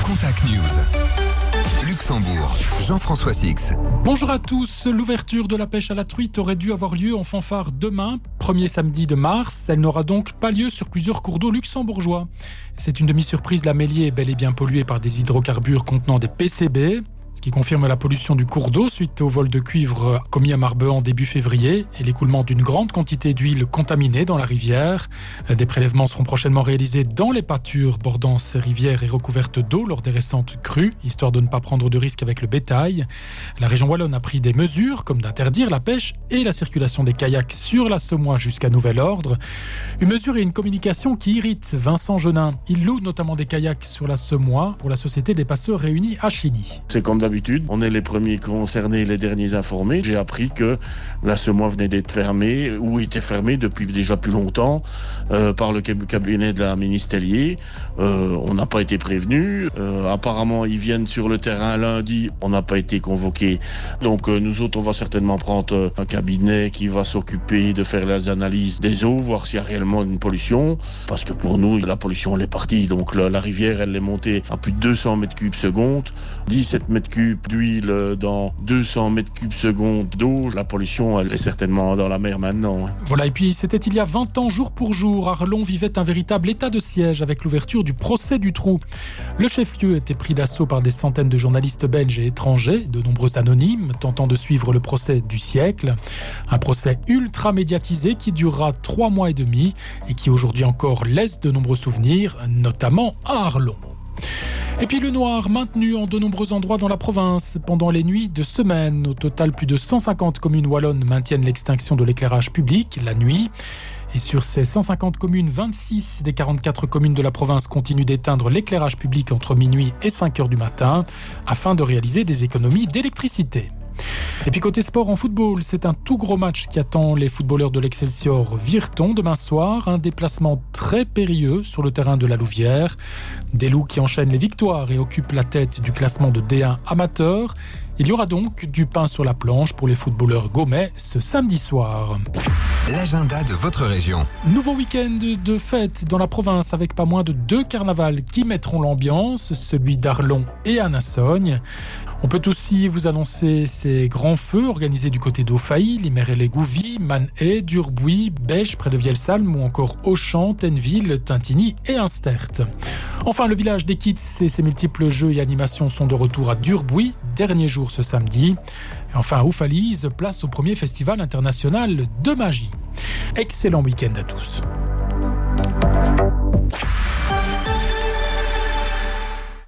Contact News. Luxembourg, Jean-François Six. Bonjour à tous. L'ouverture de la pêche à la truite aurait dû avoir lieu en fanfare demain, premier samedi de mars. Elle n'aura donc pas lieu sur plusieurs cours d'eau luxembourgeois. C'est une demi-surprise, la Mélier est bel et bien polluée par des hydrocarbures contenant des PCB. Ce qui confirme la pollution du cours d'eau suite au vol de cuivre commis à Marbehan début février et l'écoulement d'une grande quantité d'huile contaminée dans la rivière. Des prélèvements seront prochainement réalisés dans les pâtures bordant ces rivières et recouvertes d'eau lors des récentes crues, histoire de ne pas prendre de risques avec le bétail. La région wallonne a pris des mesures comme d'interdire la pêche et la circulation des kayaks sur la Semois jusqu'à nouvel ordre. Une mesure et une communication qui irritent Vincent Genin. Il loue notamment des kayaks sur la Semois pour la Société des passeurs réunis à Chigny. C'est comme d'habitude, on est les premiers concernés, les derniers informés. J'ai appris que la Semois venait d'être fermée, ou était fermée depuis déjà plus longtemps, par le cabinet de la ministre Tellier. On n'a pas été prévenus. Apparemment, ils viennent sur le terrain lundi. On n'a pas été convoqués. Donc nous autres, on va certainement prendre un cabinet qui va s'occuper de faire les analyses des eaux, voir s'il y a réellement une pollution. Parce que pour nous, la pollution, elle est partie. Donc la rivière, elle est montée à plus de 200 mètres cubes seconde. 17 mètres cubes d'huile dans 200 mètres cubes seconde d'eau. La pollution, elle est certainement dans la mer maintenant. Voilà, et puis c'était il y a 20 ans, jour pour jour. Arlon vivait un véritable état de siège avec l'ouverture du procès du Trou. Le chef-lieu était pris d'assaut par des centaines de journalistes belges et étrangers, de nombreux anonymes, tentant de suivre le procès du siècle. Un procès ultra médiatisé qui durera 3 mois et demi et qui aujourd'hui encore laisse de nombreux souvenirs, notamment à Arlon. Et puis le noir maintenu en de nombreux endroits dans la province pendant les nuits de semaine. Au total, plus de 150 communes wallonnes maintiennent l'extinction de l'éclairage public la nuit. Et sur ces 150 communes, 26 des 44 communes de la province continuent d'éteindre l'éclairage public entre minuit et 5 heures du matin afin de réaliser des économies d'électricité. Et puis côté sport en football, c'est un tout gros match qui attend les footballeurs de l'Excelsior Virton demain soir. Un déplacement très périlleux sur le terrain de la Louvière. Des loups qui enchaînent les victoires et occupent la tête du classement de D1 amateur. Il y aura donc du pain sur la planche pour les footballeurs gomais ce samedi soir. L'agenda de votre région. Nouveau week-end de fête dans la province avec pas moins de 2 carnavals qui mettront l'ambiance, celui d'Arlon et Anassogne. On peut aussi vous annoncer ces grands feux organisés du côté d'Aufailly, Limer-et-les-Gouvies, Manhay, Durbuy, Bèche près de Vielsalm ou encore Auchan, Tenneville, Tintigny et Instert. Enfin, le village des Kids et ses multiples jeux et animations sont de retour à Durbuy, dernier jour ce samedi. Et enfin, à Oufalise, place au premier festival international de magie. Excellent week-end à tous.